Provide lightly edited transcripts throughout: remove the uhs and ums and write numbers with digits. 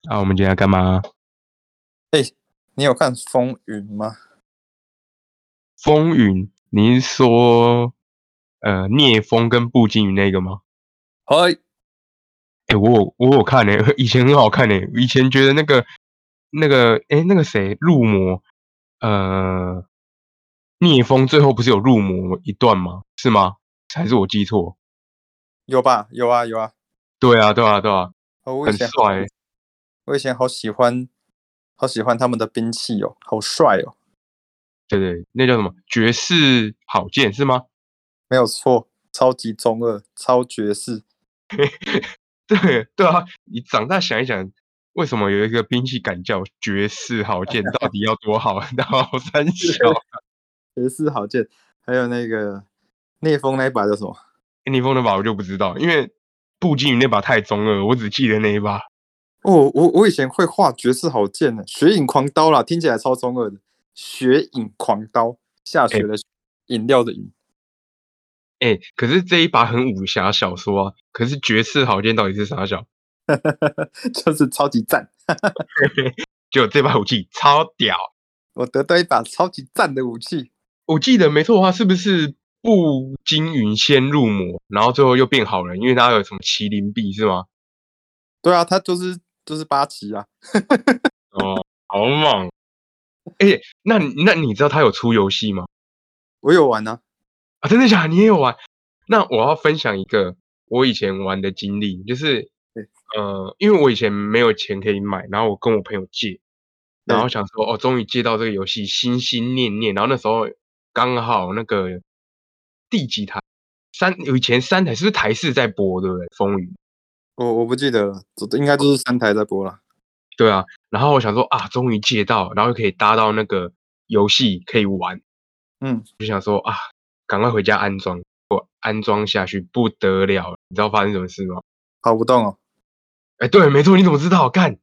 啊，我们今天要干嘛？ 哎、你有看《风云》吗？ 风云，你是说聂风跟步惊云那个吗？ 嗨， 哎、我有看以前很好看以前觉得那个谁入魔，呃，聂风最后不是有入魔一段吗？是吗？还是我记错？ 有吧？有啊，有啊。 对啊，对啊，对啊， 哦， 很帅我以前好喜欢，好喜欢他们的兵器哦，好帅哦。 对对，那叫什么绝世好剑是吗？ 没有错，超级中二，超绝世。 对对啊，你长大想一想，为什么有一个兵器敢叫绝世好剑？到底要多好？然后三小， 绝世好剑。还有那个聂风那一把叫什么？ 逆风那把我就不知道，因为步惊云那把太中二，我只记得那一把。 哦，我以前会画绝世好剑呢，血影狂刀啦，听起来超中二的。血影狂刀，下哎雪的饮料的饮。 哎，可是这一把很武侠小说啊，可是绝世好剑到底是啥小？ 就是超级赞。 就这把武器超屌， 我得到一把超级赞的武器。 我记得没错的话，是不是步惊云先入魔，然后最后又变好人，因为他有什么麒麟臂是吗？ 对啊，他就是八旗啊。 哦，好猛！哎，那你知道他有出游戏吗？ 我有玩啊。 啊，真的假的？你也有玩？那我要分享一个我以前玩的经历，就是对因为我以前没有钱可以买，然后我跟我朋友借，然后对， 想说哦，终于借到这个游戏，心心念念，然后那时候刚好那个第几台以前三台是不是台视在播，对不对？风云， 我不记得了，应该就是3台在播了。 对啊，然后我想说啊，终于借到，然后又可以搭到那个游戏可以玩， 嗯， 就想说啊，赶快回家安装。我安装下去不得了，你知道发生什么事吗？ 跑不动哦。 哎，对，没错，你怎么知道？干，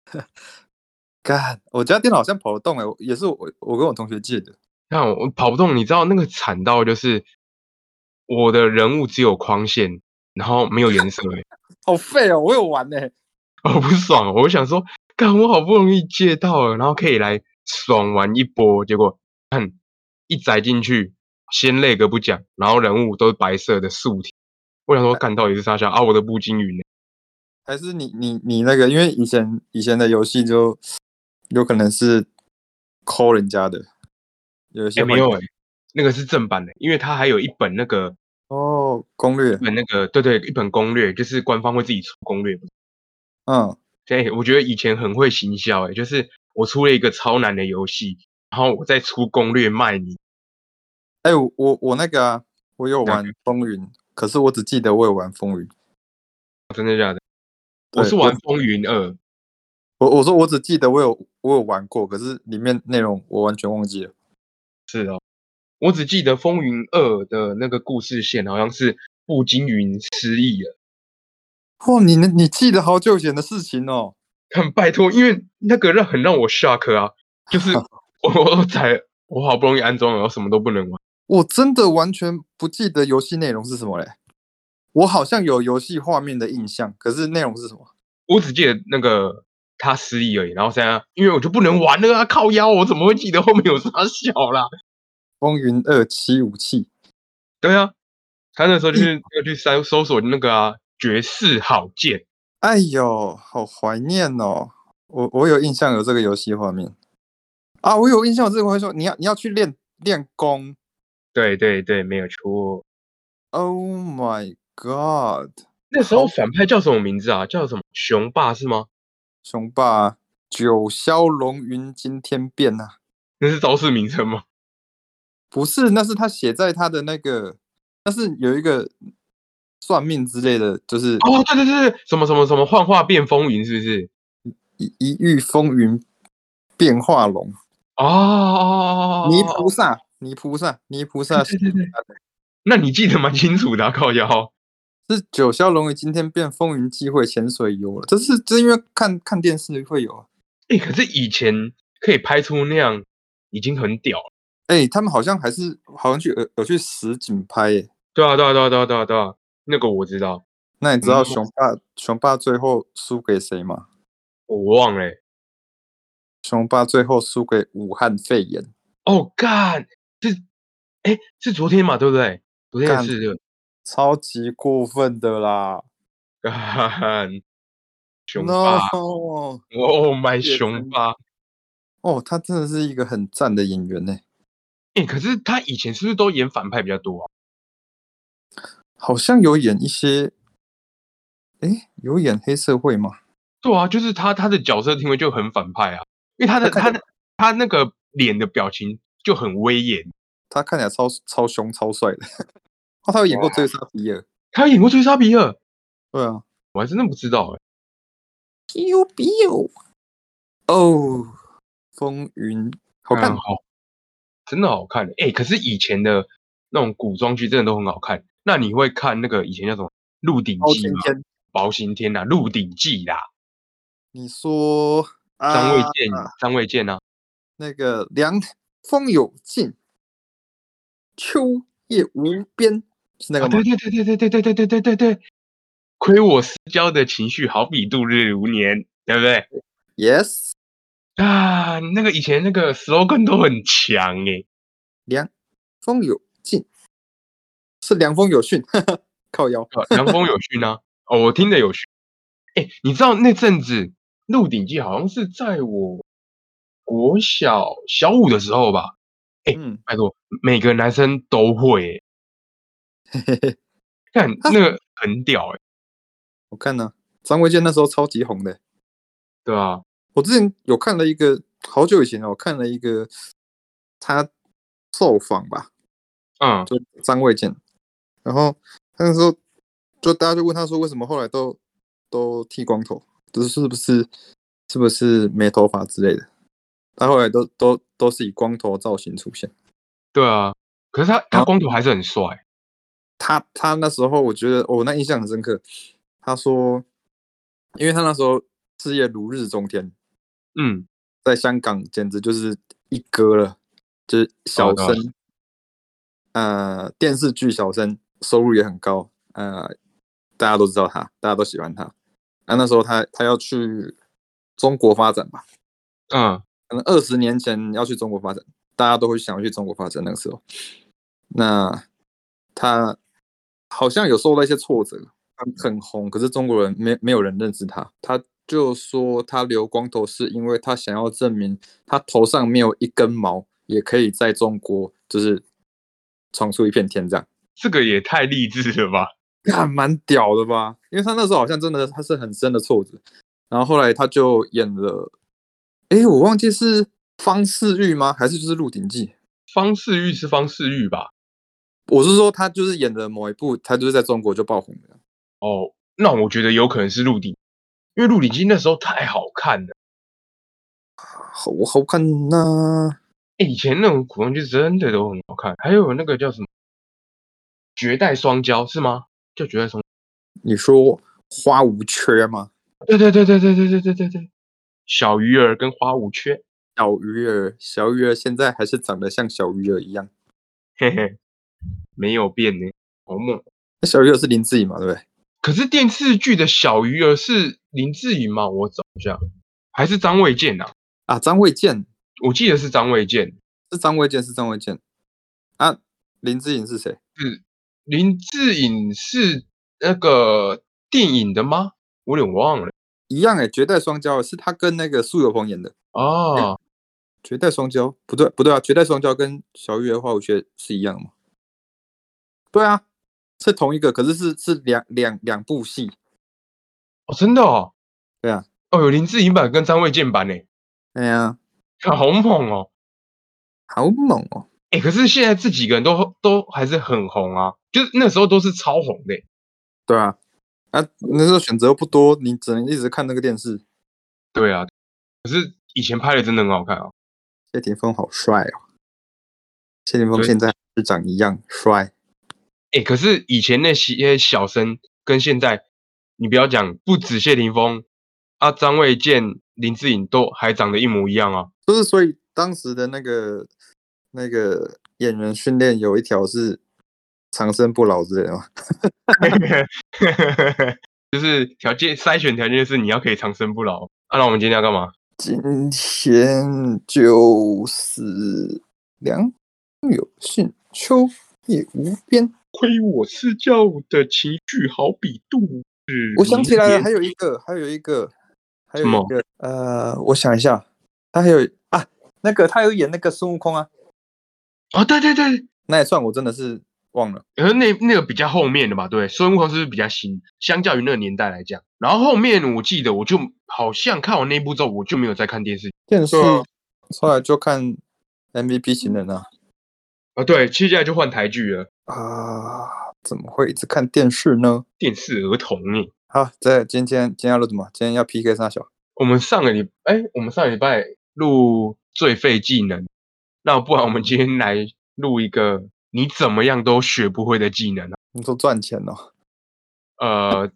干，我家电脑好像跑得动也是我跟我同学借的。 看我跑不动，你知道那个惨到就是我的人物只有框线，然后没有颜色，哎， 好废哦，我有玩呢。 好不爽哦！我想说，干，我好不容易借到了，然后可以来爽玩一波，结果看一载进去，先那个不讲，然后人物都是白色的素体，我想说，干到底是啥小啊？我的步惊云呢？ 还是你那个，因为以前的游戏就有可能是抠人家的，有一哎， 些换家。 没有哎，那个是正版的，因为它还有一本那个哦，攻略。 对对，一本攻略，就是官方会自己出攻略。 嗯。 对，我觉得以前很会行销，就是我出了一个超难的游戏，然后我再出攻略卖你。 哎、我那个啊，我有那个玩风云，可是我只记得我有玩风云。 真的假的？我对，我是玩风云二， 我说我只记得我有玩过，可是里面内容我完全忘记了。 是哦，我只记得风云二的那个故事线好像是步惊云失忆了。 哦，你记得好久以前的事情哦。 看，拜托，因为那个很让我 shock 啊，就是我好不容易安装了，然后什么都不能玩。 我真的完全不记得游戏内容是什么嘞。我好像有游戏画面的印象，可是内容是什么？ 我只记得那个他失忆而已，然后现在因为我就不能玩了啊，靠腰，我怎么会记得后面有啥小啦？ 风云2七武器。 对啊，他那时候就是要去搜索那个绝世好剑。 哎呦，好怀念哦！我有印象有这个游戏画面啊，我有印象有这个画面说你要去练功。 对对对，没有错。 Oh my god！ 那时候反派叫什么名字啊？叫什么雄霸是吗？ 雄霸九霄龙云惊天变啊。 那是招式名称吗？ 不是，那是他写在他的那个，那是有一个算命之类的，就是哦，对对对对，什么什么什么幻化变风云是不是？ 一遇风云变化龙。泥菩哦， 萨，泥菩萨，泥菩萨是对对对，那你记得蛮清楚的靠腰。 九霄龙云今天变风云际会潜水游了，这因为看电视会有啊。 可是以前可以拍出那样，已经很屌了。 他们好像有去实景拍耶。 对啊，对啊，对啊，对啊，对啊，对啊，那个我知道。 那你知道嗯， 雄霸最后输给谁吗？ 我忘了欸。 雄霸最后输给武汉肺炎， 哦，干，是昨天嘛，对不对？昨天的干， 事的。 超级过分的啦干，雄 ！No， 霸，哦买也真雄霸。 哦，他真的是一个很赞的演员呢。 可是他以前是不是都演反派比较多啊？ 好像有演一些，有演黑社会吗？ 对啊，就是他的角色定位就很反派啊，因为他他看起来的他的他那个脸的表情就很威严。 他看起来超凶超帅的。哦，他有演过《追杀比尔》。 他有演过追杀比尔， 对啊我还真的不知道哎。 ，Biu Biu，哦，风云好看。 好，真的好看可是以前的那种古装剧真的都很好看。那你会看那个以前叫什么《鹿鼎记》吗？ 包青天， 包青天啊，《鹿鼎记》啦， 你说张卫啊， 健，张卫健啊。 那个凉风有尽，秋叶无边，是那个吗对对对对对对对对对对对对，亏我私交的情绪好比度日如年，对不对？ ？Yes， 啊，那个以前那个 slogan 都很强凉风有尽，是凉风有讯，靠腰。 凉风有讯啊。哦，我听的有讯。你知道那阵子《鹿鼎记》好像是在我国小5的时候吧？ 嗯， 拜托，每个男生都会嘿嘿嘿， 看啊， 那个很屌我看呢、张卫健那时候超级红的。 对吧？ 我之前有看了一个，好久以前我看了一个他受访吧， 嗯， 就张卫健，然后他那时候就大家就问他说，为什么后来都剃光头，就是是不是没头发之类的？他后来都是以光头造型出现。 对啊。可是他然后光头还是很帅。 他那时候我觉得那印象很深刻。他说，因为他那时候事业如日中天， 嗯， 在香港简直就是一哥了，就是小对啊。 生，电视剧小生，收入也很高，大家都知道他，大家都喜欢他。那时候他要去中国发展吧， 嗯， 可能20年前要去中国发展，大家都会想要去中国发展。那个时候，那他好像有受到一些挫折，他很红，可是中国人没有人认识他。他就说他留光头是因为他想要证明他头上没有一根毛，也可以在中国就是闯出一片天这样。 这个也太励志了吧？ 看蛮屌的吧？因为他那时候好像真的他是很深的挫折，然后后来他就演了，我忘记是方世玉吗？还是就是《鹿鼎记》？ 方世玉是方世玉吧？ 我是说他就是演的某一部，他就是在中国就爆红了。 哦，那我觉得有可能是《鹿鼎》，因为《鹿鼎记》那时候太好看了。 好看呐、 以前那种古装剧真的都很好看，还有那个叫什么《绝代双骄》是吗？叫《绝代双》？ 你说花无缺吗？ 对对对对对对对对对对，小鱼儿跟花无缺。 小鱼儿现在还是长得像小鱼儿一样。 嘿嘿，没有变呢，好猛。 那小鱼儿是林志颖嘛，对不对？ 可是电视剧的小鱼儿是林志颖吗？我找一下，还是张卫健啊？ 张卫健我记得是张卫健。 是张卫健啊。林志颖是谁？ 是林志颖是那个电影的吗？我有点忘了。 一样绝代双骄是他跟那个苏有朋演的。 哦， 绝代双骄不对啊，绝代双骄跟小鱼儿花无缺是一样的吗？对啊，是同一个，可是是两部戏。 真的哦。 对啊， 哦，有林志颖版跟张卫健版呢。 哎呀， 好猛哦。 好猛哦！ 可是现在这几个人都还是很红啊，就是那时候都是超红的。 对啊，那时候选择不多，你只能一直看那个电视。 对啊，可是以前拍的真的很好看啊。 谢霆锋好帅哦，谢霆锋对。 现在还是长一样帅。 可是以前那些小生跟现在，你不要讲，不止谢霆锋啊，张卫健、林志颖都还长得一模一样啊。 就是所以当时的那个演员训练有一条是长生不老之类的嘛。 就是筛选条件就是你要可以长生不老。那我们今天要干嘛？ 今天就是良有信，秋叶无边。 亏我私教的情绪好比度日我想起来了， 明年还有一个， 什么？ 我想一下，他还有那个他有演那个孙悟空啊， 啊，对对对， 那也算我真的是忘了。 那个比较后面的吧？对，孙悟空是不是比较新？相较于那个年代来讲，然后后面我记得我就好像看完那部之后，我就没有再看电视。 电视对啊后来就看 MVP 型人啊。 对，接下来就换台剧了， 怎么会一直看电视呢？ 电视儿童哎。 好，今天要录什么？今天要 PK 啥小？ 我们上个礼拜录最废技能，那不然我们今天来录一个你怎么样都学不会的技能啊。 你说赚钱哦？ 呃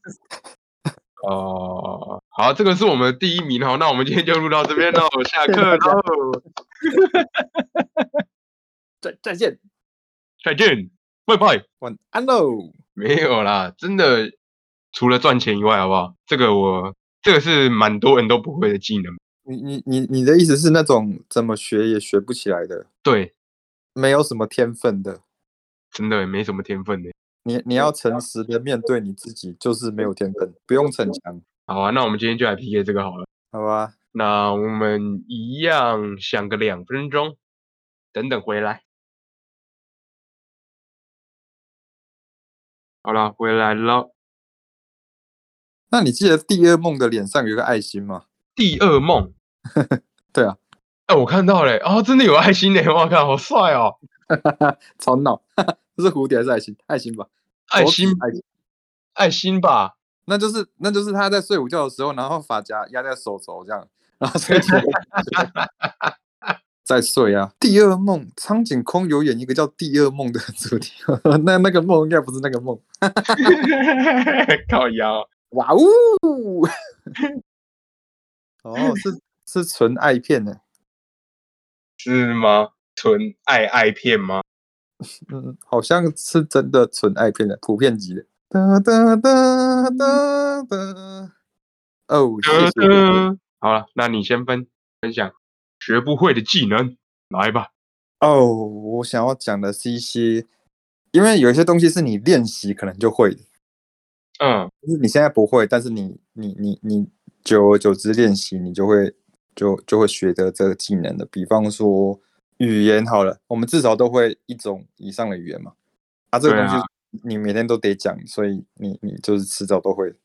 好，这个是我们的第一名哦。那我们今天就录到这边喽，下课喽， 再见， 再见，拜拜。 晚安喽。 没有啦，真的，除了赚钱以外，好不好？这个是蛮多人都不会的技能。 你的意思是那种怎么学也学不起来的， 对， 没有什么天分的， 真的没什么天分的。 你要诚实的面对你自己，就是没有天分，不用逞强， 好啊，那我们今天就来 PK 这个好了。 好吧？ 那我们一样想个2分钟，等等回来。好了，回来了。 那你记得第二梦的脸上有个爱心吗？ 第二梦， 对啊， 我看到了，真的有爱心呢！我靠，好帅哦！ 超闹，这是蝴蝶还是爱心？爱心吧， 爱心，爱心吧？ 那就是他在睡午觉的时候，然后发夹压在手肘这样，然后睡觉在睡啊。第二梦，苍井空有演一个叫《第二梦》的主题，那个梦应该不是那个梦。 靠腰， 哇哦！哦，是纯爱片呢。 是吗？纯爱片吗？ 好像是真的纯爱片的，普遍级的。哒哒哒哒哒。哦，谢谢。 好了，那你先分享学不会的技能，来吧。 哦，我想要讲的是一些，因为有一些东西是你练习可能就会的，就是你现在不会，但是你久而久之练习，你就会学得这个技能的。比方说语言好了，我们至少都会1种以上的语言嘛。这个东西你每天都得讲，所以你就是迟早都会。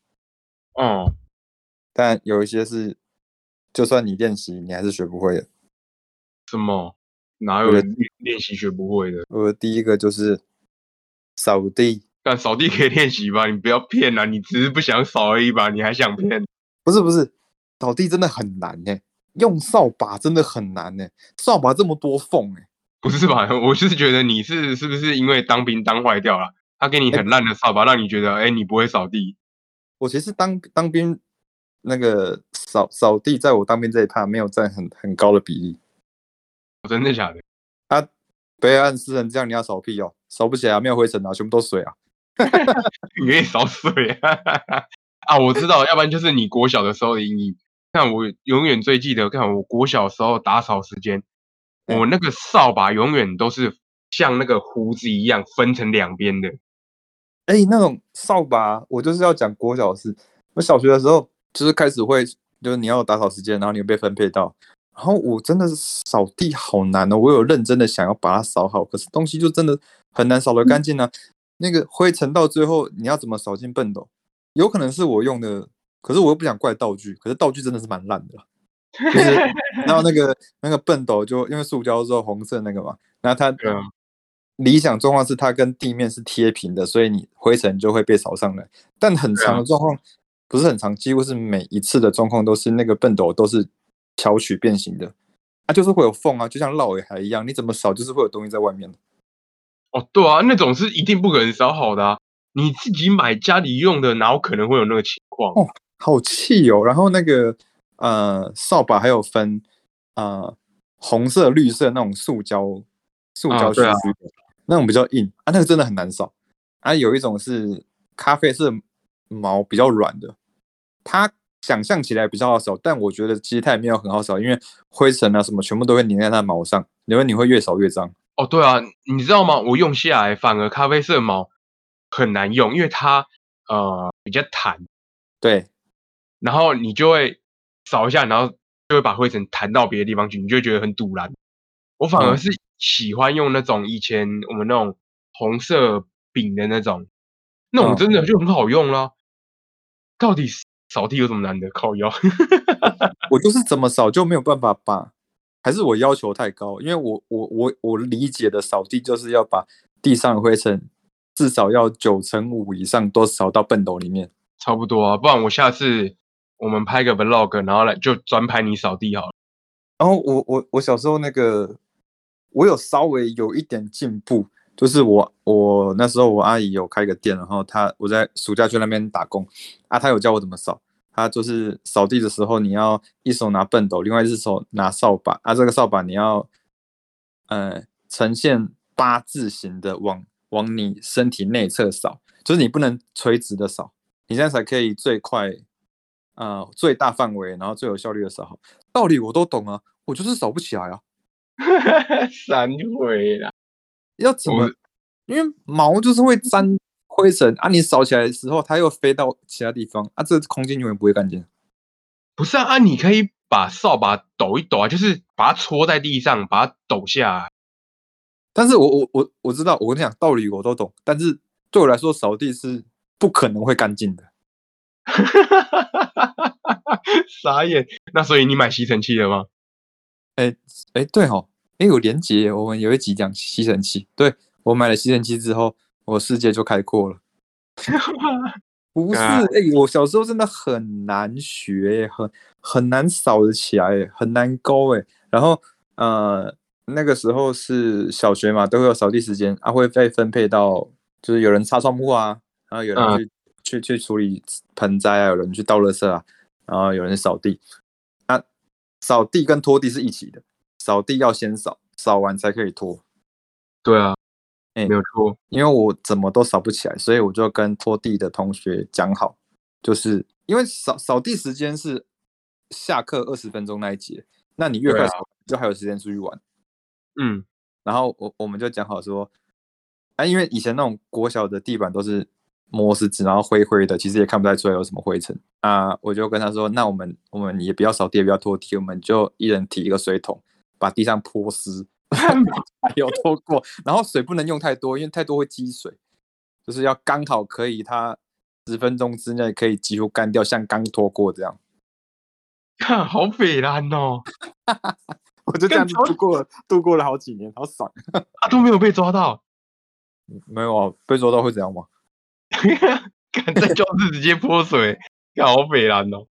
但有一些是，就算你练习，你还是学不会的。 什么？哪有人练习学不会的？ 我的第一个就是扫地。 但扫地可以练习吧？你不要骗啦，你只是不想扫而已吧？你还想骗？ 不是，扫地真的很难呢，用扫把真的很难呢，扫把这么多缝哎。 不是吧？我就是觉得你是不是因为当兵当坏掉了？他给你很烂的扫把，让你觉得你不会扫地。 我其实当兵那个扫地，在我当兵这一趴没有占很高的比例。 真的假的？ 北海岸湿成这样，你要扫屁哦？扫不起来，没有灰尘啊，全部都水啊。 你愿意扫水啊？我知道，要不然就是你国小的时候的阴影。看我永远最记得，看我国小时候打扫时间，我那个扫把永远都是像那个胡子一样分成2边的。 那种扫把，我就是要讲国小的事。我小学的时候就是开始会，就是你要有打扫时间，然后你被分配到，然后我真的是扫地好难哦，我有认真的想要把它扫好，可是东西就真的很难扫得干净啊。那个灰尘到最后你要怎么扫进畚斗？有可能是我用的，可是我又不想怪道具，可是道具真的是蛮烂的啦。就是然后那个畚斗就因为塑胶之后红色那个嘛，然后它理想状况是它跟地面是贴平的，所以你灰尘就会被扫上来。但很长的状况不是很长，几乎是每一次的状况都是那个畚斗都是巧取变形的，就是会有缝啊，就像绕尾海一样，你怎么扫就是会有东西在外面的。 对啊，那种是一定不可能扫好的啊！你自己买家里用的，哪有可能会有那个情况？ 好气哦！然后那个扫把还有分红色、绿色那种塑胶须须的，那种比较硬啊，那个真的很难扫啊。有一种是咖啡色毛比较软的，它想象起来比较好扫，但我觉得其实它也没有很好扫，因为灰尘啊什么全部都会粘在它的毛上，因为你会越扫越脏。 哦，对啊，你知道吗？我用下来反而咖啡色毛很难用，因为它比较弹， 对， 然后你就会扫一下，然后就会把灰尘弹到别的地方去，你就会觉得很堵然。我反而是喜欢用那种以前我们那种红色饼的那种真的就很好用啦。到底扫地有什么难的？靠腰。 我就是怎么扫就没有办法把，还是我要求太高？因为我理解的扫地就是要把地上的灰尘至少要95%以上都扫到畚斗里面。 差不多啊，不然我下次我们拍个 vlog，然后来就专拍你扫地好了。 然后我小时候那个，我有稍微有一点进步，就是我那时候我阿姨有开个店，然后我在暑假去那边打工啊，她有教我怎么扫。她就是扫地的时候，你要一手拿畚斗，另外一只手拿扫把啊，这个扫把你要呈现8字形的往你身体内侧扫，就是你不能垂直的扫，你这样才可以最快最大范围，然后最有效率的扫好。道理我都懂啊，我就是扫不起来啊。 闪回啦， 要怎么？因为毛就是会沾灰尘啊，你扫起来的时候，它又飞到其他地方啊，这空间永远不会干净。 不是啊，你可以把扫把抖一抖啊，就是把它戳在地上，把它抖下来。 但是我知道，我跟你讲道理我都懂，但是对我来说，扫地是不可能会干净的。 傻眼。那所以你买吸尘器了吗？ 对哦，有连结，我们有一集讲吸尘器，对，我买了吸尘器之后，我世界就开阔了。不是，我小时候真的很难学，很难扫得起来，很难勾然后那个时候是小学嘛，都会有扫地时间啊，会被分配到，就是有人擦窗户啊，然后有人去处理盆栽啊，有人去倒垃圾啊，然后有人扫地。啊，扫地跟拖地是一起的，扫地要先扫，扫完才可以拖。 对啊，没有错。 因为我怎么都扫不起来，所以我就跟拖地的同学讲好，就是因为扫地时间是下课20分钟那一节，那你越快扫，就还有时间出去玩。然后我们就讲好说，因为以前那种国小的地板都是磨石子，然后灰灰的，其实也看不太出来有什么灰尘啊。我就跟他说，那我们也不要扫地，也不要拖地，我们就一人提一个水桶，把地上泼湿。还有拖过，然后水不能用太多，因为太多会积水，就是要刚好可以，它10分钟之内可以几乎干掉，像刚拖过这样。 看，好匪烂哦！ 我就这样子度过了好几年，好爽啊，都没有被抓到。 没有啊，被抓到会怎样吗？ 敢在教室直接泼水，看好匪烂哦！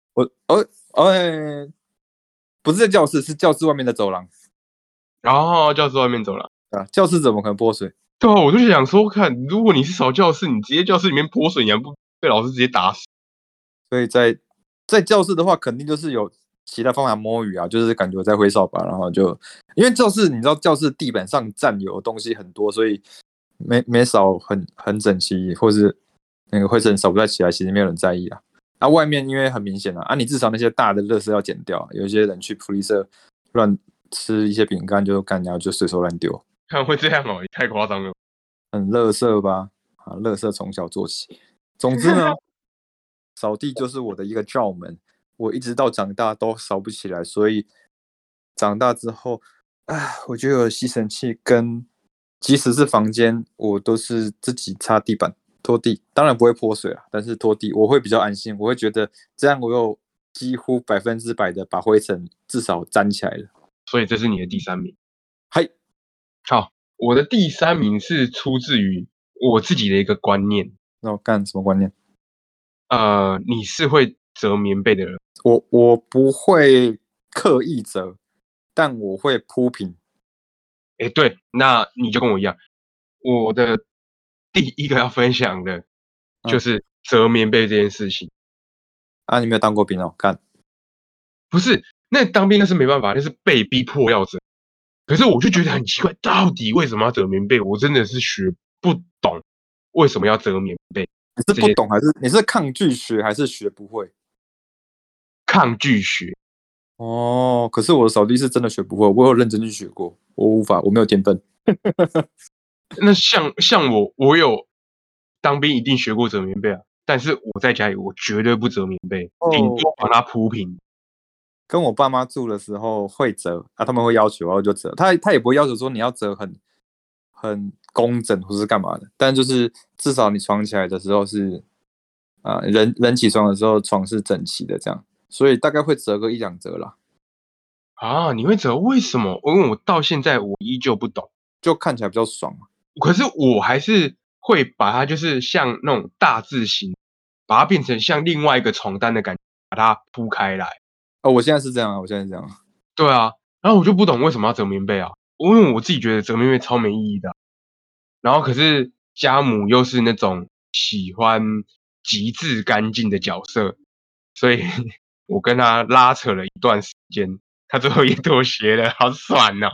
不是在教室，是教室外面的走廊。 然后教室外面走廊啊，教室怎么可能泼水？ 对啊，我就想说，看如果你是扫教室，你直接教室里面泼水，你还不被老师直接打死？ 所以在教室的话，肯定就是有其他方法摸鱼啊，就是感觉在挥扫把，然后就因为教室你知道教室地板上占有的东西很多，所以没扫很整齐，或是那个灰尘扫不太起来，其实没有人在意啊。啊，外面因为很明显啊，你至少那些大的垃圾要剪掉，有一些人去福利社乱吃一些饼干就干，然后就随手乱丢。 看会这样哦，也太夸张了。 很垃圾吧？啊，垃圾从小做起。总之呢，扫地就是我的一个窍门，我一直到长大都扫不起来，所以长大之后，我就有吸尘器跟，即使是房间，我都是自己擦地板、拖地，当然不会泼水啊，但是拖地我会比较安心，我会觉得这样我有几乎100%的把灰尘至少粘起来了。 所以这是你的第3名。 嗨， 好，我的第3名是出自于我自己的一个观念。 那我干什么观念？ 你是会折棉被的人。 我不会刻意折，但我会铺平。 对，那你就跟我一样，我的第一个要分享的就是折棉被这件事情。 你没有当过兵哦？干， 不是，那当兵那是没办法，那是被逼迫要折。可是我就觉得很奇怪，到底为什么要折棉被？我真的是学不懂为什么要折棉被。 你是不懂还是你是抗拒学还是学不会？ 抗拒学。 哦，可是我的扫地是真的学不会，我有认真去学过，我无法，我没有天分。 那像我有当兵一定学过折棉被啊，但是我在家里我绝对不折棉被，顶多把它铺平。 跟我爸妈住的时候会折啊，他们会要求，然后就折。他也不会要求说你要折很工整或是干嘛的，但就是至少你床起来的时候是人起床的时候床是整齐的这样，所以大概会折个1-2折啦， 啊，你会折？为什么？因为我到现在我依旧不懂。 就看起来比较爽嘛。 可是我还是会把它就是像那种大字型，把它变成像另外一个床单的感觉，把它铺开来。 哦，我现在是这样啊，我现在是这样啊。 对啊，然后我就不懂为什么要折棉被啊？因为我自己觉得折棉被超没意义的啊。然后可是家母又是那种喜欢极致干净的角色，所以我跟他拉扯了一段时间，他最后也妥协了，好爽哦。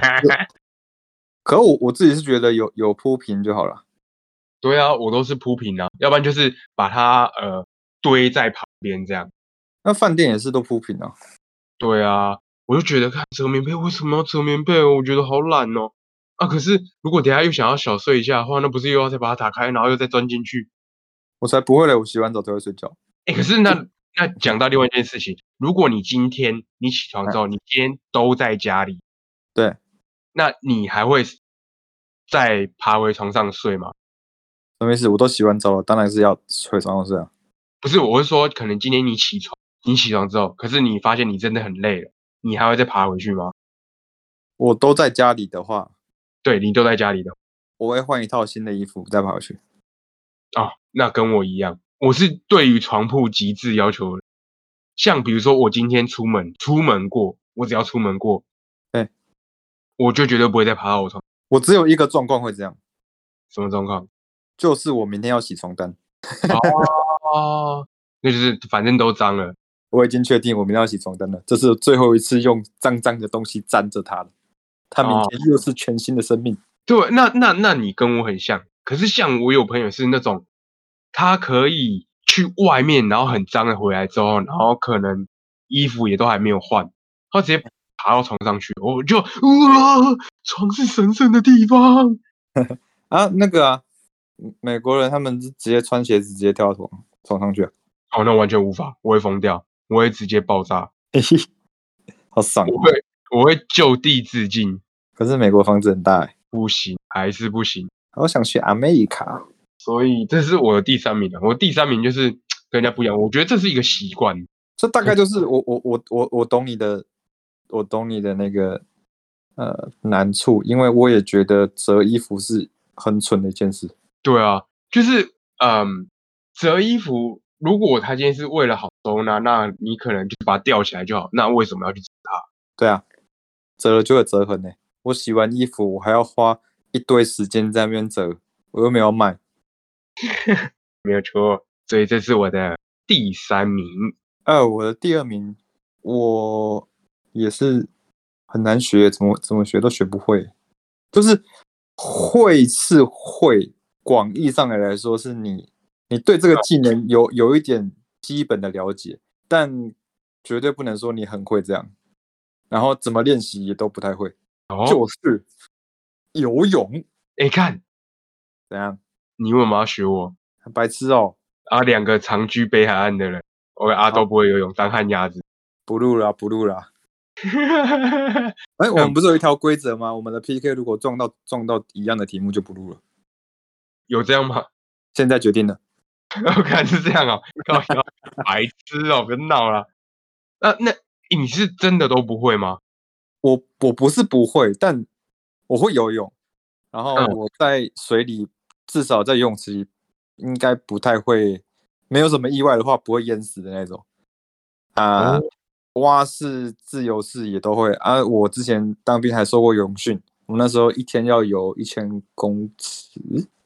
可我自己是觉得有铺平就好了。 对啊，我都是铺平啊，要不然就是把它堆在旁边这样。 那饭店也是都铺平啊。 对啊，我就觉得看折棉被为什么要折棉被？我觉得好懒哦。啊，可是如果等一下又想要小睡一下的话，那不是又要再把它打开，然后又再钻进去？ 我才不会嘞，我洗完澡才会睡觉。 可是那讲到另外一件事情，如果你今天你起床之后，你今天都在家里， 对， 那你还会再爬回床上睡吗？ 什么意思？我都洗完澡了，当然是要回床上睡啊。 不是，我是说，可能今天你起床之后，可是你发现你真的很累了，你还会再爬回去吗？ 我都在家里的话， 对，你都在家里的。 我会换一套新的衣服再跑回去。 哦，那跟我一样，我是对于床铺极致要求的。像比如说我今天出门过，我只要出门过， 对， 我就绝对不会再爬到我床。 我只有一个状况会这样， 什么状况？ 就是我明天要洗床单， 哦，那就是反正都脏了。 我已经确定我明天要洗床单了，这是最后一次用脏脏的东西沾着它了。它明哦， 天又是全新的生命。 对，那你跟我很像，可是像我有朋友是那种，他可以去外面，然后很脏的回来之后，然后可能衣服也都还没有换，他直接爬到床上去，我就哇，床是神圣的地方。 啊，那个啊，美国人他们是直接穿鞋子直接跳到床上去啊。 哦，那完全无法，我会疯掉，我会直接爆炸， 嘿嘿，好爽啊。 我会就地自尽， 可是美国房子很大欸， 不行，还是不行。 好想去 America。 所以这是我的第三名了，我第三名就是跟人家不一样，我觉得这是一个习惯。 这大概就是我懂你的，我懂你的那个难处，因为我也觉得折衣服是很蠢的一件事。 对啊，就是折衣服，如果他今天是为了好收纳，那你可能就是把它吊起来就好，那为什么要去折它？ 对啊，折了就会折痕呢。我洗完衣服，我还要花一堆时间在那边折，我又没有买。 没有错，所以这是我的第三名。 我的第二名，我也是很难学，怎么学都学不会。就是会是会，广义上来说是你对这个技能有一点基本的了解，但绝对不能说你很会这样。然后怎么练习也都不太会， 哦， 就是游泳。 看怎样？ 你为什么要学我？ 很白痴哦。 啊，两个长居北海岸的人，我跟阿好， 都不会游泳，当旱鸭子。 不录了啊，不录了啊。哎，我们不是有一条规则吗？我们的 PK 如果撞到一样的题目就不录了。 有这样吗？ 现在决定了。 我看是这样哦，靠腰白痴哦，别闹了。那你是真的都不会吗？ 我不是不会，但我会游泳，然后嗯， 我在水里，至少在游泳池里应该不太会，没有什么意外的话不会淹死的那种啊。 哦， 蛙式、自由式也都会啊。我之前当兵还受过游泳训，我那时候一天要游1000公尺。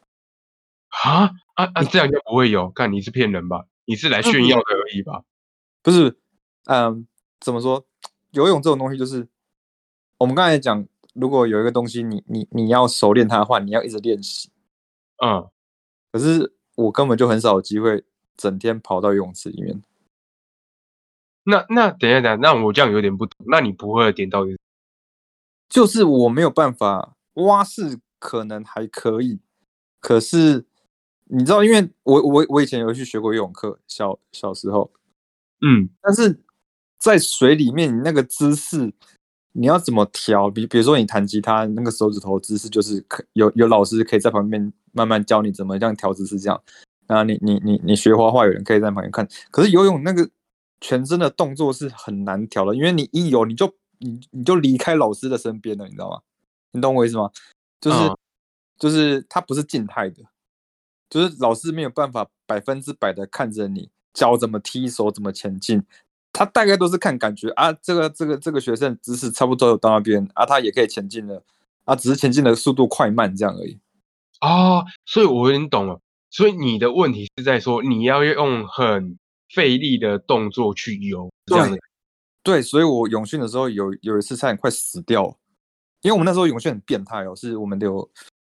这样就不会游，看你是骗人吧？你是来炫耀的而已吧？ 不是，怎么说？游泳这种东西就是我们刚才讲，如果有一个东西你要熟练它的话，你要一直练习。 嗯， 可是我根本就很少有机会整天跑到游泳池里面。 那等一下，那我这样有点不懂。那你不会的点到底是？ 就是我没有办法，蛙式可能还可以，可是你知道，因为我以前有去学过游泳课，小时候，但是在水里面，你那个姿势你要怎么调？比如说你弹吉他，那个手指头姿势就是有老师可以在旁边慢慢教你怎么这样调姿势，这样。然后你学画画，有人可以在旁边看。可是游泳那个全身的动作是很难调的，因为你一游你就离开老师的身边了，你知道吗？你懂我意思吗？就是它不是静态的，就是老师没有办法100%的看着你脚怎么踢，手怎么前进，他大概都是看感觉啊。这个学生姿势差不多有到那边啊，他也可以前进了啊，只是前进的速度快慢这样而已。 所以我有点懂了。所以你的问题是在说你要用很费力的动作去游这样的。 对，所以我泳训的时候有一次差点快死掉了，因为我们那时候泳训很变态哦，是我们有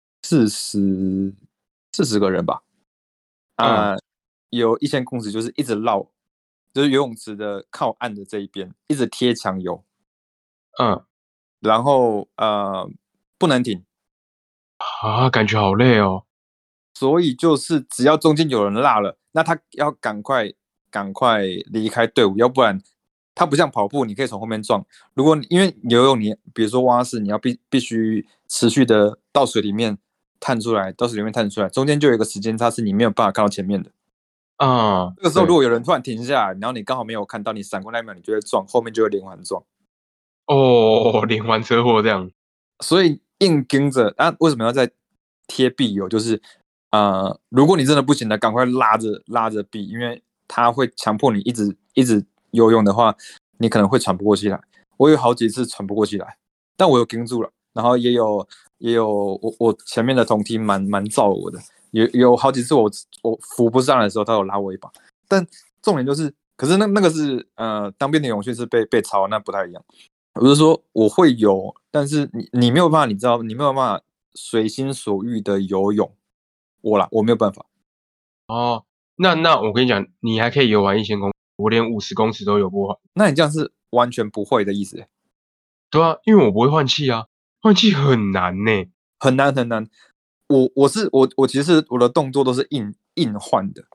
40个人吧，有1000公尺就是一直绕，就是游泳池的靠岸的这一边一直贴墙游，然后不能停， 感觉好累哦。 所以就是只要中间有人落了，那他要赶快离开队伍，要不然他不像跑步，你可以从后面撞。如果因为游泳你比如说蛙式，你要必须持续的到水里面探出来，中间就有一个时间差是你没有办法看到前面的。这个时候如果有人突然停下来，然后你刚好没有看到，你闪过那一秒，你就会撞，后面就会连环撞。 连环车祸这样。 所以硬盯着啊，为什么要在贴壁游？就是如果你真的不行了，赶快拉着壁，因为它会强迫你一直游泳的话，你可能会喘不过气来。我有好几次喘不过气来，但我有盯住了，然后也有我前面的同梯蛮照我的，有好几次我扶不上来的时候，他有拉我一把。但重点就是，可是那个是当兵的泳训是被抄，那不太一样。我是说我会游，但是你没有办法，你知道你没有办法随心所欲的游泳，我没有办法。 那我跟你讲，你还可以游完1000公尺，我连50公尺都游不完。 那你这样是完全不会的意思？ 对啊，因为我不会换气啊，换气很难呢。 很难很难。我其实我的动作都是硬换的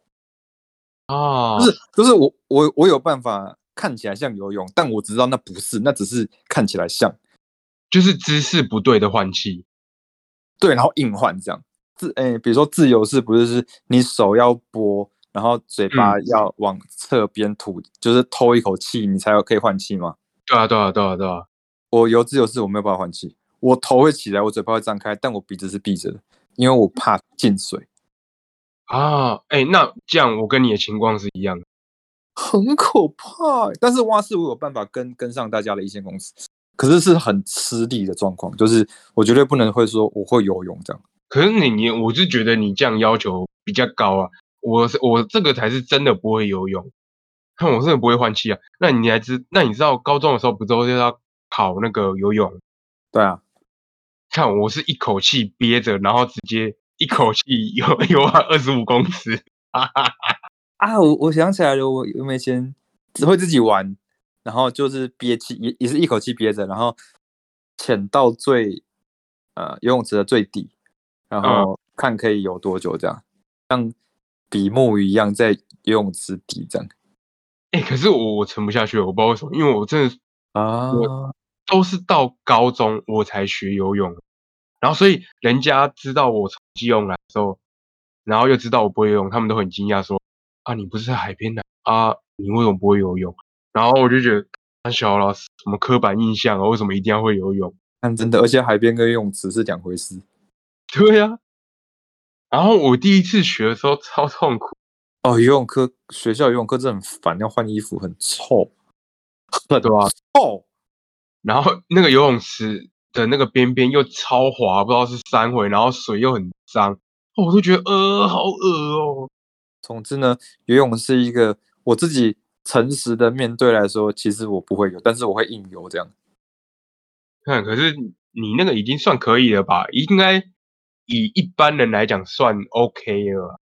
就是我有办法看起来像游泳，但我知道那不是，那只是看起来像， 就是姿势不对的换气。 对，然后硬换这样。比如说自由式，不是你手要拨，然后嘴巴要往侧边吐，就是偷一口气，你才可以换气吗？ 对啊。 我游自由式我没有办法换气，我头会起来，我嘴巴会张开，但我鼻子是闭着的，因为我怕进水。 那这样我跟你的情况是一样的。 很可怕。但是蛙式我有办法跟上大家的1000公尺，可是是很吃力的状况，就是我绝对不能会说我会游泳这样。 可是我是觉得你这样要求比较高啊。我这个才是真的不会游泳，看我真的不会换气啊。那你知道高中的时候不都要考那个游泳？ 对啊， 看我是一口气憋着，然后直接一口气游完25公尺。 我想起来了，我以前只会自己玩，然后就是憋气，也是一口气憋着，然后潜到游泳池的最底，然后看可以游多久，这样像比目鱼一样在游泳池底这样。 可是我沉不下去，我不知道为什么，因为我真的我都是到高中我才学游泳，然后所以人家知道我从基隆来的时候，然后又知道我不会游泳，他们都很惊讶说你不是在海边的你为什么不会游泳？然后我就觉得小老师什么刻板印象为什么一定要会游泳？ 但真的，而且海边跟游泳池是两回事。 对啊，然后我第一次学的时候超痛苦。 游泳课学校游泳课真的很烦，要换衣服，很臭，很对啊， 臭。 然后那个游泳池的那个边边又超滑，不知道是3回，然后水又很脏，我都觉得好恶哦。 总之呢，游泳是一个我自己诚实的面对来说，其实我不会游，但是我会硬游这样。 可是你那个已经算可以了吧？应该以一般人来讲算 OK 了吧。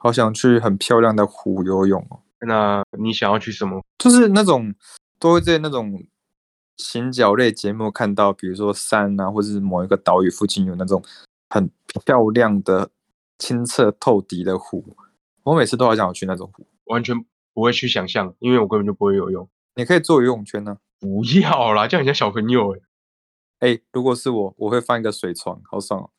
好想去很漂亮的湖游泳哦。 那你想要去什么？ 就是那种都会在那种行脚类节目看到，比如说山啊，或者是某一个岛屿附近有那种很漂亮的清澈透底的湖，我每次都好想去那种湖。 完全不会去想象，因为我根本就不会游泳。 你可以做游泳圈呢、 不要啦，这样很像小朋友如果是我会放一个水床，好爽哦。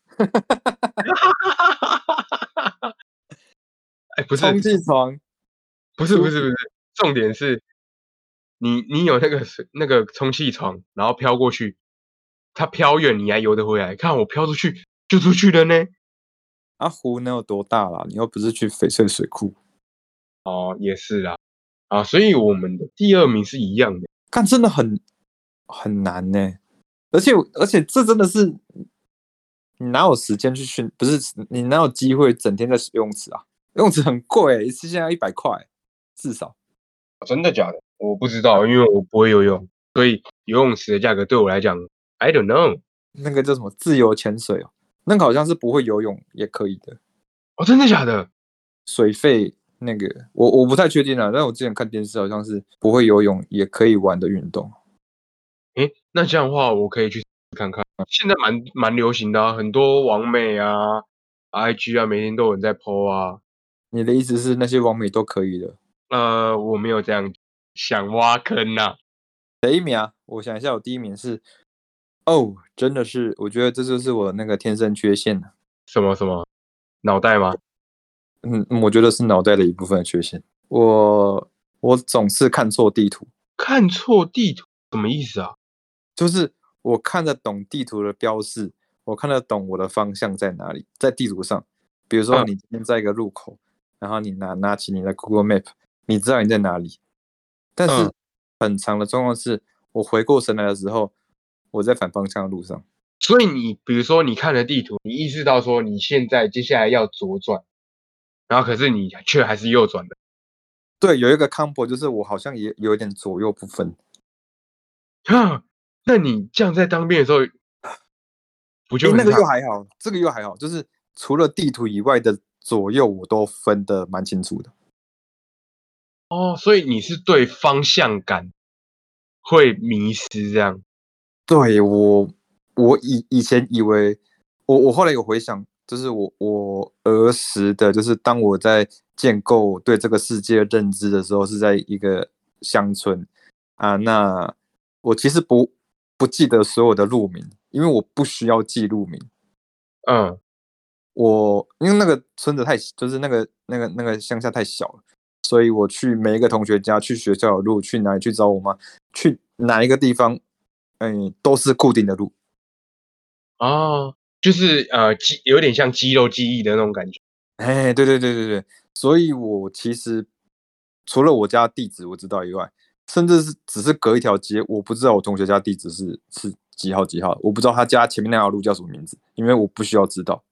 哎，不是充气床， 不是不是不是，重点是你有那个充气床，然后飘过去，它飘远你还游得回来，看我飘出去就出去了呢。 啊，湖能有多大啦？你又不是去翡翠水库。 哦，也是啦，啊，所以我们的第二名是一样的。 看真的很难呢。而且这真的是你哪有时间去训？不是你哪有机会整天在游泳池啊？游泳池很贵，一次现在100块至少。 真的假的？我不知道，因为我不会游泳，所以游泳池的价格对我来讲，I don't know。 那个叫什么自由潜水哦，那个好像是不会游泳也可以的， 哦，真的假的？ 水费那个我不太确定啊，但我之前看电视好像是不会游泳也可以玩的运动。 诶，那这样的话，我可以去看看。现在蛮流行的啊，很多网美啊、IG 啊，每天都有人在 po 啊。 你的意思是那些网美都可以的？ 我没有这样想挖坑呐、 第一名啊，我想一下，我第一名是哦，真的是，我觉得这就是我那个天生缺陷啊。 什么什么脑袋吗？ 我觉得是脑袋的一部分的缺陷。我总是看错地图， 看错地图什么意思啊？ 就是我看得懂地图的标示，我看得懂我的方向在哪里，在地图上。比如说嗯你今天在一个路口，然后你拿起你的 Google Map，你知道你在哪里，但嗯， 是很长的状况是，我回过神来的时候，我在反方向的路上。 所以你比如说你看了地图，你意识到说你现在接下来要左转，然后可是你却还是右转的。 对，有一个 combo 就是我好像也有一点左右不分。 哈，那你这样在当兵的时候不就那个很惨？ 又还好，这个又还好，就是除了地图以外的左右我都分得蛮清楚的。 哦，所以你是对方向感会迷失这样？ 对，我以前以为，我后来有回想，就是我儿时的，就是当我在建构对这个世界认知的时候，是在一个乡村啊。那我其实不记得所有的路名，因为我不需要记路名。 嗯， 因为那个村子就是那个乡下太小了，所以我去每一个同学家，去学校的路，去哪里去找我妈，去哪一个地方，都是固定的路。 哦，就是有点像肌肉记忆的那种感觉。 对对对对对，所以我其实除了我家地址我知道以外，甚至是只是隔一条街，我不知道我同学家地址是几号几号，我不知道他家前面那条路叫什么名字，因为我不需要知道。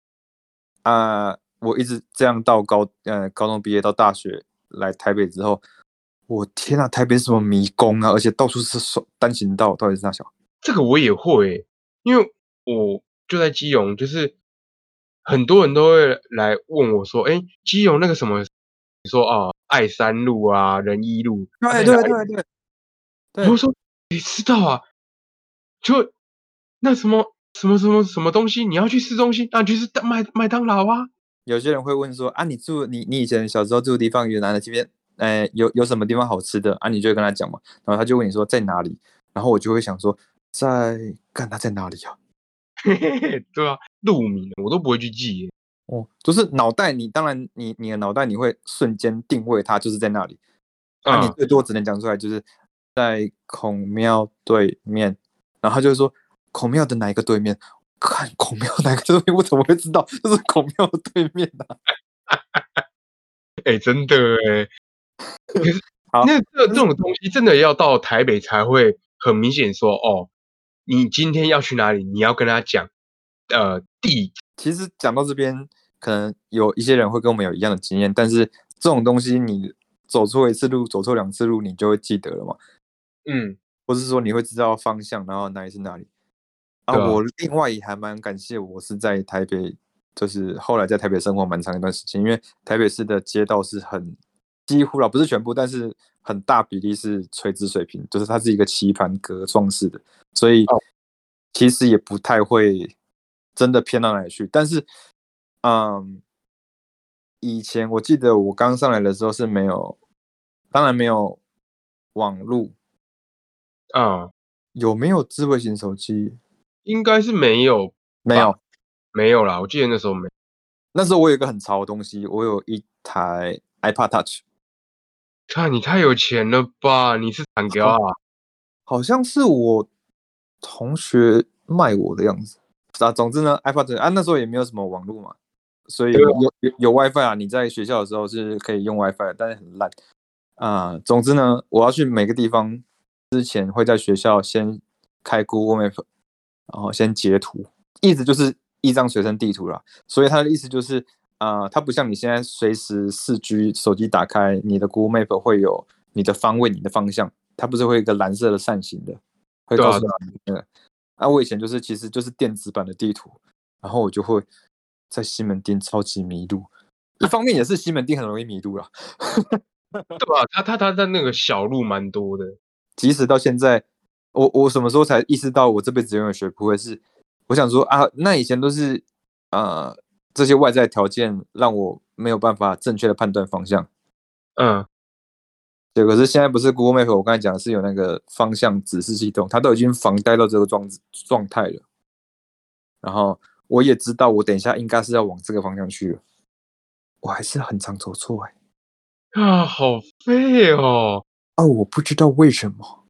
我一直这样到高中毕业到大学来台北之后，我天啊，台北是什么迷宫啊，而且到处是单行道，到底是哪小？ 这个我也会欸，因为我就在基隆，就是很多人都会来问我说：“哎，基隆那个什么，你说啊，爱山路啊，仁义路，它对在哪里？” 对对对对， 我说：“你知道啊，就那什么东西，你要去市中心，那就是麦当劳啊。” 有些人会问说啊，你以前小时候住的地方云南的这边，有什么地方好吃的啊？你就会跟他讲嘛，然后他就问你说在哪里，然后我就会想说他在哪里啊？ 嘿嘿嘿，对啊，路名我都不会去记耶。 就是脑袋当然你的脑袋你会瞬间定位它就是在那里，你嗯， 最多只能讲出来就是在孔庙对面，然后他就会说孔庙的哪一个对面？看孔庙哪个对面，我怎么会知道就是孔庙的对面呢、 哎，真的哎。可是好， 那这种东西真的要到台北才会很明显说，哦，你今天要去哪里，你要跟他讲，地其实讲到这边，可能有一些人会跟我们有一样的经验，但是这种东西你走错一次路，走错2次路，你就会记得了嘛， 嗯， 或是说你会知道方向，然后哪里是哪里啊。 对啊， 我另外也还蛮感谢，我是在台北就是后来在台北生活蛮长一段时间，因为台北市的街道是几乎啦，不是全部，但是很大比例是垂直水平，就是它是一个棋盘格状式的，所以其实也不太会真的偏到哪里去。但是，以前我记得我刚上来的时候是没有，当然没有网路，有没有智慧型手机？ 应该是没有， 没有， 没有啦。我记得那时候没。 那时候我有一个很潮的东西，我有一台 iPod Touch。 看你太有钱了吧？你是产哥啊？ 好像是我同学卖我的样子啊。总之呢 ，iPod 啊，那时候也没有什么网络嘛，所以有 WiFi 啊。你在学校的时候是可以用 WiFi 的，但是很烂啊。总之呢，我要去每个地方之前会在学校先开 Google Map， 然后先截图，意思就是一张随身地图啦。所以它的意思就是它不像你现在随时4G 手机打开，你的 Google Map 会有你的方位、你的方向。它不是会有一个蓝色的扇形的，会告诉你那个。我以前其实就是电子版的地图，然后我就会在西门町超级迷路。一方面也是西门町很容易迷路啦， 对吧？他那个小路蛮多的。 即使到现在，我什么时候才意识到我这辈子永远学不会？是我想说那以前都是这些外在条件让我没有办法正确的判断方向。对，可是现在不是 Google Map， 我刚才讲的是有那个方向指示系统，它都已经防呆到这个状态了。然后我也知道，我等一下应该是要往这个方向去了，我还是很常走错好废哦！ 我不知道为什么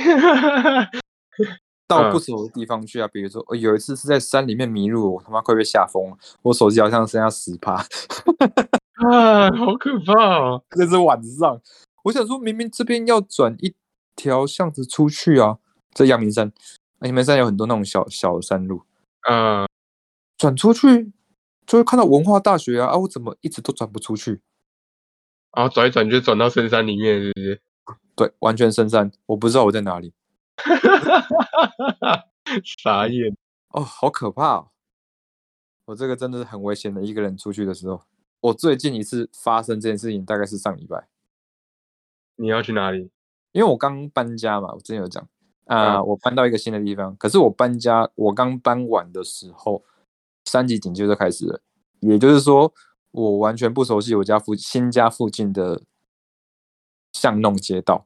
到不熟的地方去啊，比如说有一次是在山里面迷路，我他妈快被吓疯了，我手机好像剩下10%， 好可怕哦！ 这是晚上。我想说，明明这边要转一条巷子出去啊，在阳明山，阳明山有很多那种小的山路，转出去就会看到文化大学啊，我怎么一直都转不出去？ 然后转一转就转到深山里面，是不是？ 对，完全深山，我不知道我在哪里。 傻眼好可怕哦！我这个真的是很危险的，一个人出去的时候。我最近一次发生这件事情大概是上礼拜。 你要去哪里？ 因为我刚搬家嘛，我之前有讲我搬到一个新的地方，可是我刚搬完的时候，3级警戒就开始了，也就是说我完全不熟悉我新家附近的巷弄街道。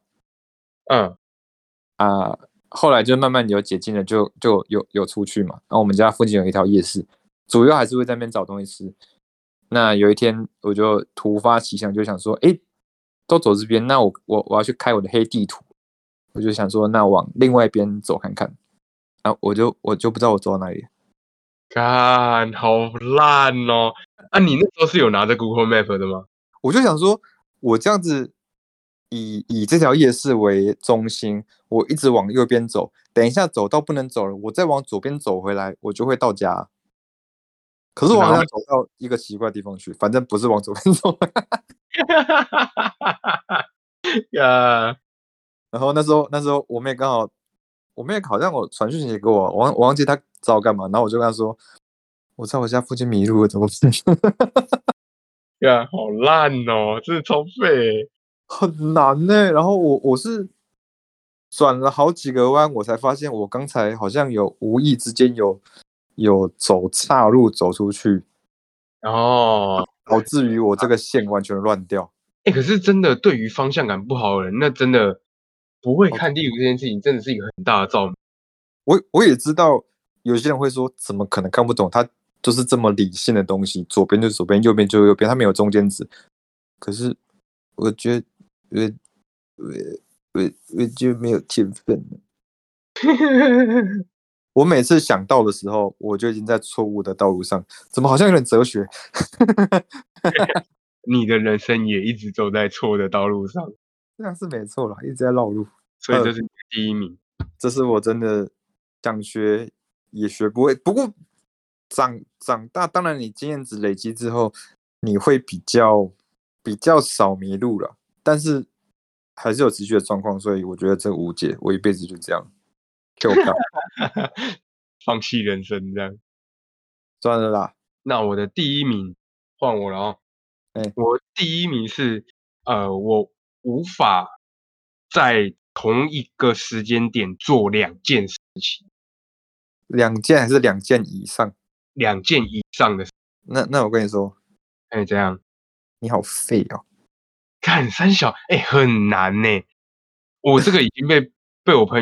后来就慢慢有解禁了，就有出去嘛。然后我们家附近有一条夜市，主要还是会在那边找东西吃。那有一天我就突发奇想，就想说，都走这边，那我要去开我的黑地图。我就想说，那往另外一边走看看。我就不知道我走到哪里。 干，好烂哦！你那时候是有拿着 Google Map 的吗？ 我就想说，我这样子以这条夜市为中心，我一直往右边走，等一下走到不能走了，我再往左边走回来，我就会到家。可是我好像走到一个奇怪的地方去，反正不是往左边走。然后那时候我妹好像我传讯息给我，我忘记她找我干嘛，然后我就跟她说，我在我家附近迷路了，怎么办？好烂哦，真的超废， 很难呢。然后我是转了好几个弯，我才发现我刚才好像有无意之间有走岔路走出去，导致于我这个线完全乱掉。 可是真的对于方向感不好的人，那真的不会看地图这件事情，真的是一个很大的造。 我也知道有些人会说，怎么可能看不懂？它就是这么理性的东西，左边就是左边，右边就是右边，它没有中间值。可是我觉得我就没有天分。我每次想到的时候，我就已经在错误的道路上，怎么好像有点哲学？ 你的人生也一直走在错的道路上， 这样是没错啦，一直在绕路， 所以这是你的第一名。 这是我真的想学也学不会。不过长大，当然你经验值累积之后，你会比较少迷路了，但是还是有持续的状况，所以我觉得这无解，我一辈子就这样，就干放弃人生这样， 算了啦。 那我的第一名换我了哦。我第一名是我无法在同一个时间点做2件事情 ，2件还是2件以上 ，2件以上的事。 那我跟你说， 这样你好废哦。 看三小，很难呢。我这个已经被我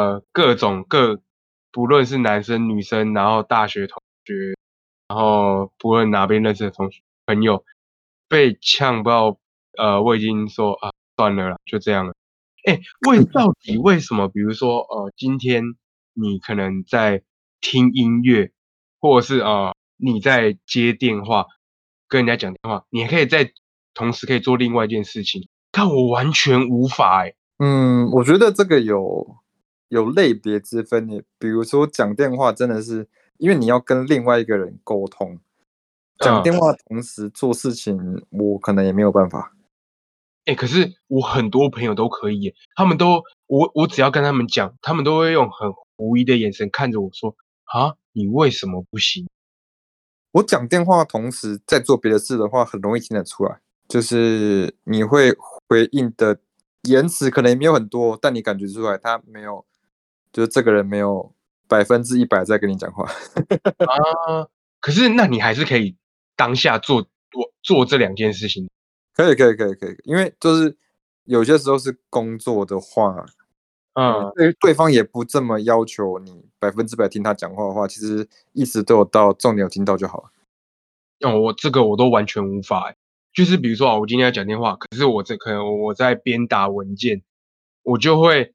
不论是男生女生，然后大学同学，然后不论哪边认识的朋友，被呛到，我已经说啊，算了啦，就这样了。到底为什么？比如说，今天你可能在听音乐，或者是你在接电话，跟人家讲电话，你还可以同时可以做另外一件事情。看我完全无法我觉得这个有类别之分耶。比如说讲电话，真的是因为你要跟另外一个人沟通，讲电话同时做事情，我可能也没有办法。 可是我很多朋友都可以耶，他们都我只要跟他们讲，他们都会用很狐疑的眼神看着我说：啊，你为什么不行？ 我讲电话同时在做别的事的话，很容易听得出来，就是你会回应的言辞可能也没有很多，但你感觉出来他没有，就是这个人没有100%在跟你讲话。 啊，可是那你还是可以当下做这2件事情。 可以，因为就是有些时候是工作的话，对方也不这么要求你100%听他讲话的话，其实一直都有到重点有听到就好了。 我这个我都完全无法就是比如说我今天要讲电话，可是可能我在编打文件，我就会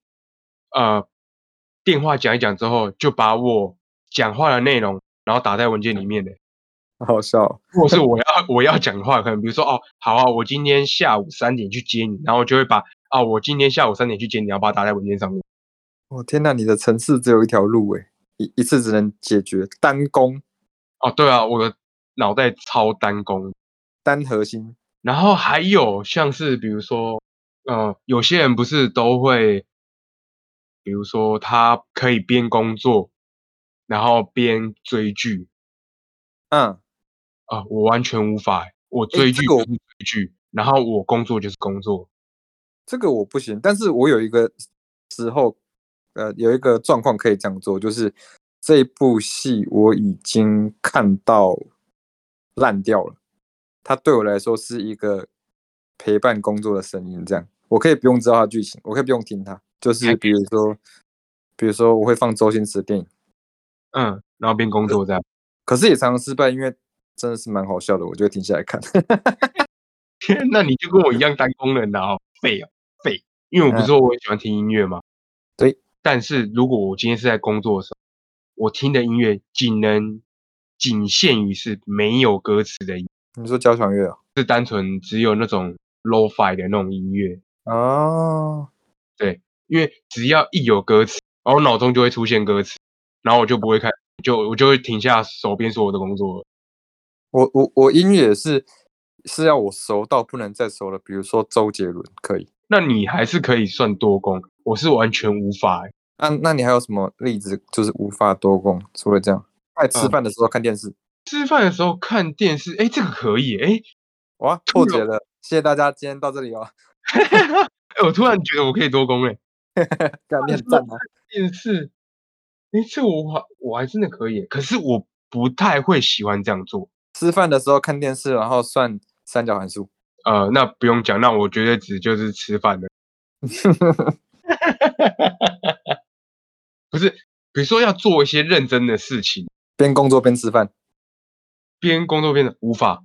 电话讲一讲之后，就把我讲话的内容，然后打在文件里面的。 好笑哦。 或者是我要讲话，可能比如说好啊，我今天下午3点去接你，然后我就会把我今天下午3点去接你，然后把它打在文件上面。 天哪，你的程式只有一条路诶，一次只能解决单攻。 对啊，我的脑袋超单攻， 单核心。 然后还有像是比如说，有些人不是都会，比如说他可以边工作，然后边追剧。我完全无法我追剧就是追剧，然后我工作就是工作。 这个我不行，但是我有一个时候，有一个状况可以这样做，就是这一部戏我已经看到烂掉了，它对我来说是一个陪伴工作的声音，这样我可以不用知道它剧情，我可以不用听它，就是比如说我会放周星驰的电影， 然后边工作这样。 可是也常常失败，因为真的是蛮好笑的，我就会停下来看。 那你就跟我一样单工人啊，废。因为我不是说我很喜欢听音乐吗？ 对。 但是如果我今天是在工作的时候，我听的音乐仅限于是没有歌词的音乐。 你说交响乐啊？ 是单纯只有那种 lo-fi 的那种音乐。对，因为只要一有歌词，然后我脑中就会出现歌词，然后我就不会看，我就会停下手边所有的工作了。 我音乐是要我熟到不能再熟了，比如说周杰伦可以。 那你还是可以算多工，我是完全无法那你还有什么例子，就是无法多工？除了这样，爱吃饭的时候看电视。 吃饭的时候看电视，这个可以哇，破解了！谢谢大家，今天到这里哦。 我突然觉得我可以多工干你很赞啊！ 电视，这我还真的可以，可是我不太会喜欢这样做。 吃饭的时候看电视，然后算三角函数。 那不用讲，那我绝对就是吃饭的。不是，比如说要做一些认真的事情， 边工作边吃饭， 边工作边的无法。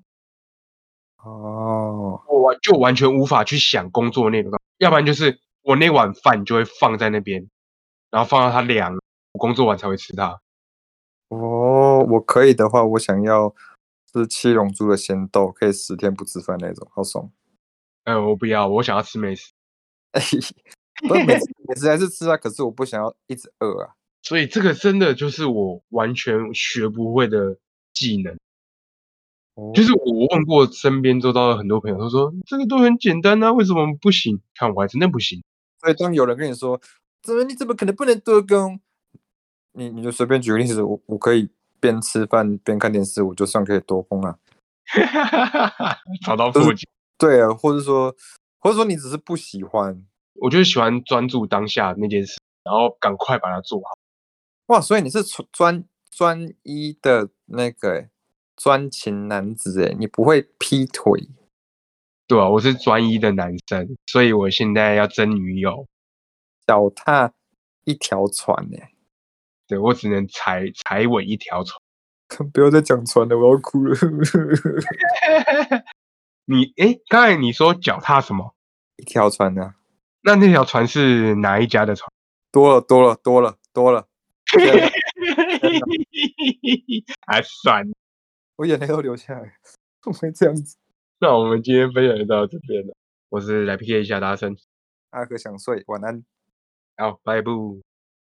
我就完全无法去想工作内容，要不然就是我那碗饭就会放在那边，然后放到它凉，我工作完才会吃它。 我可以的话，我想要吃七龙珠的咸豆，可以10天不吃饭那种，好爽。 我不要，我想要吃美食。 不是每次还是吃啊，可是我不想要一直饿啊。 所以这个真的就是我完全学不会的技能。就是我问过身边周遭的很多朋友，都说这个都很简单啊，为什么不行？看我还真的不行。 所以当有人跟你说，你怎么可能不能多工？你就随便举个例子，我可以边吃饭边看电视，我就算可以多空了。 找到破解。 对啊，或者说你只是不喜欢。 我就是喜欢专注当下那件事，然后赶快把它做好。 哇，所以你是专一的那个专情男子哎，你不会劈腿。 对啊，我是专一的男生，所以我现在要争女友。 脚踏一条船哎， 对，我只能踩稳一条船。 不要再讲船了，我要哭了。 刚才你说脚踏什么？ 一条船呢、啊？ 那条船是哪一家的船？ 多了，天哪， 还算。 我眼泪都流下来，怎么会这样子？ 那我们今天分享就到这边了。我是来 PK 一下大声， 阿哥想睡，晚安。 好，拜拜。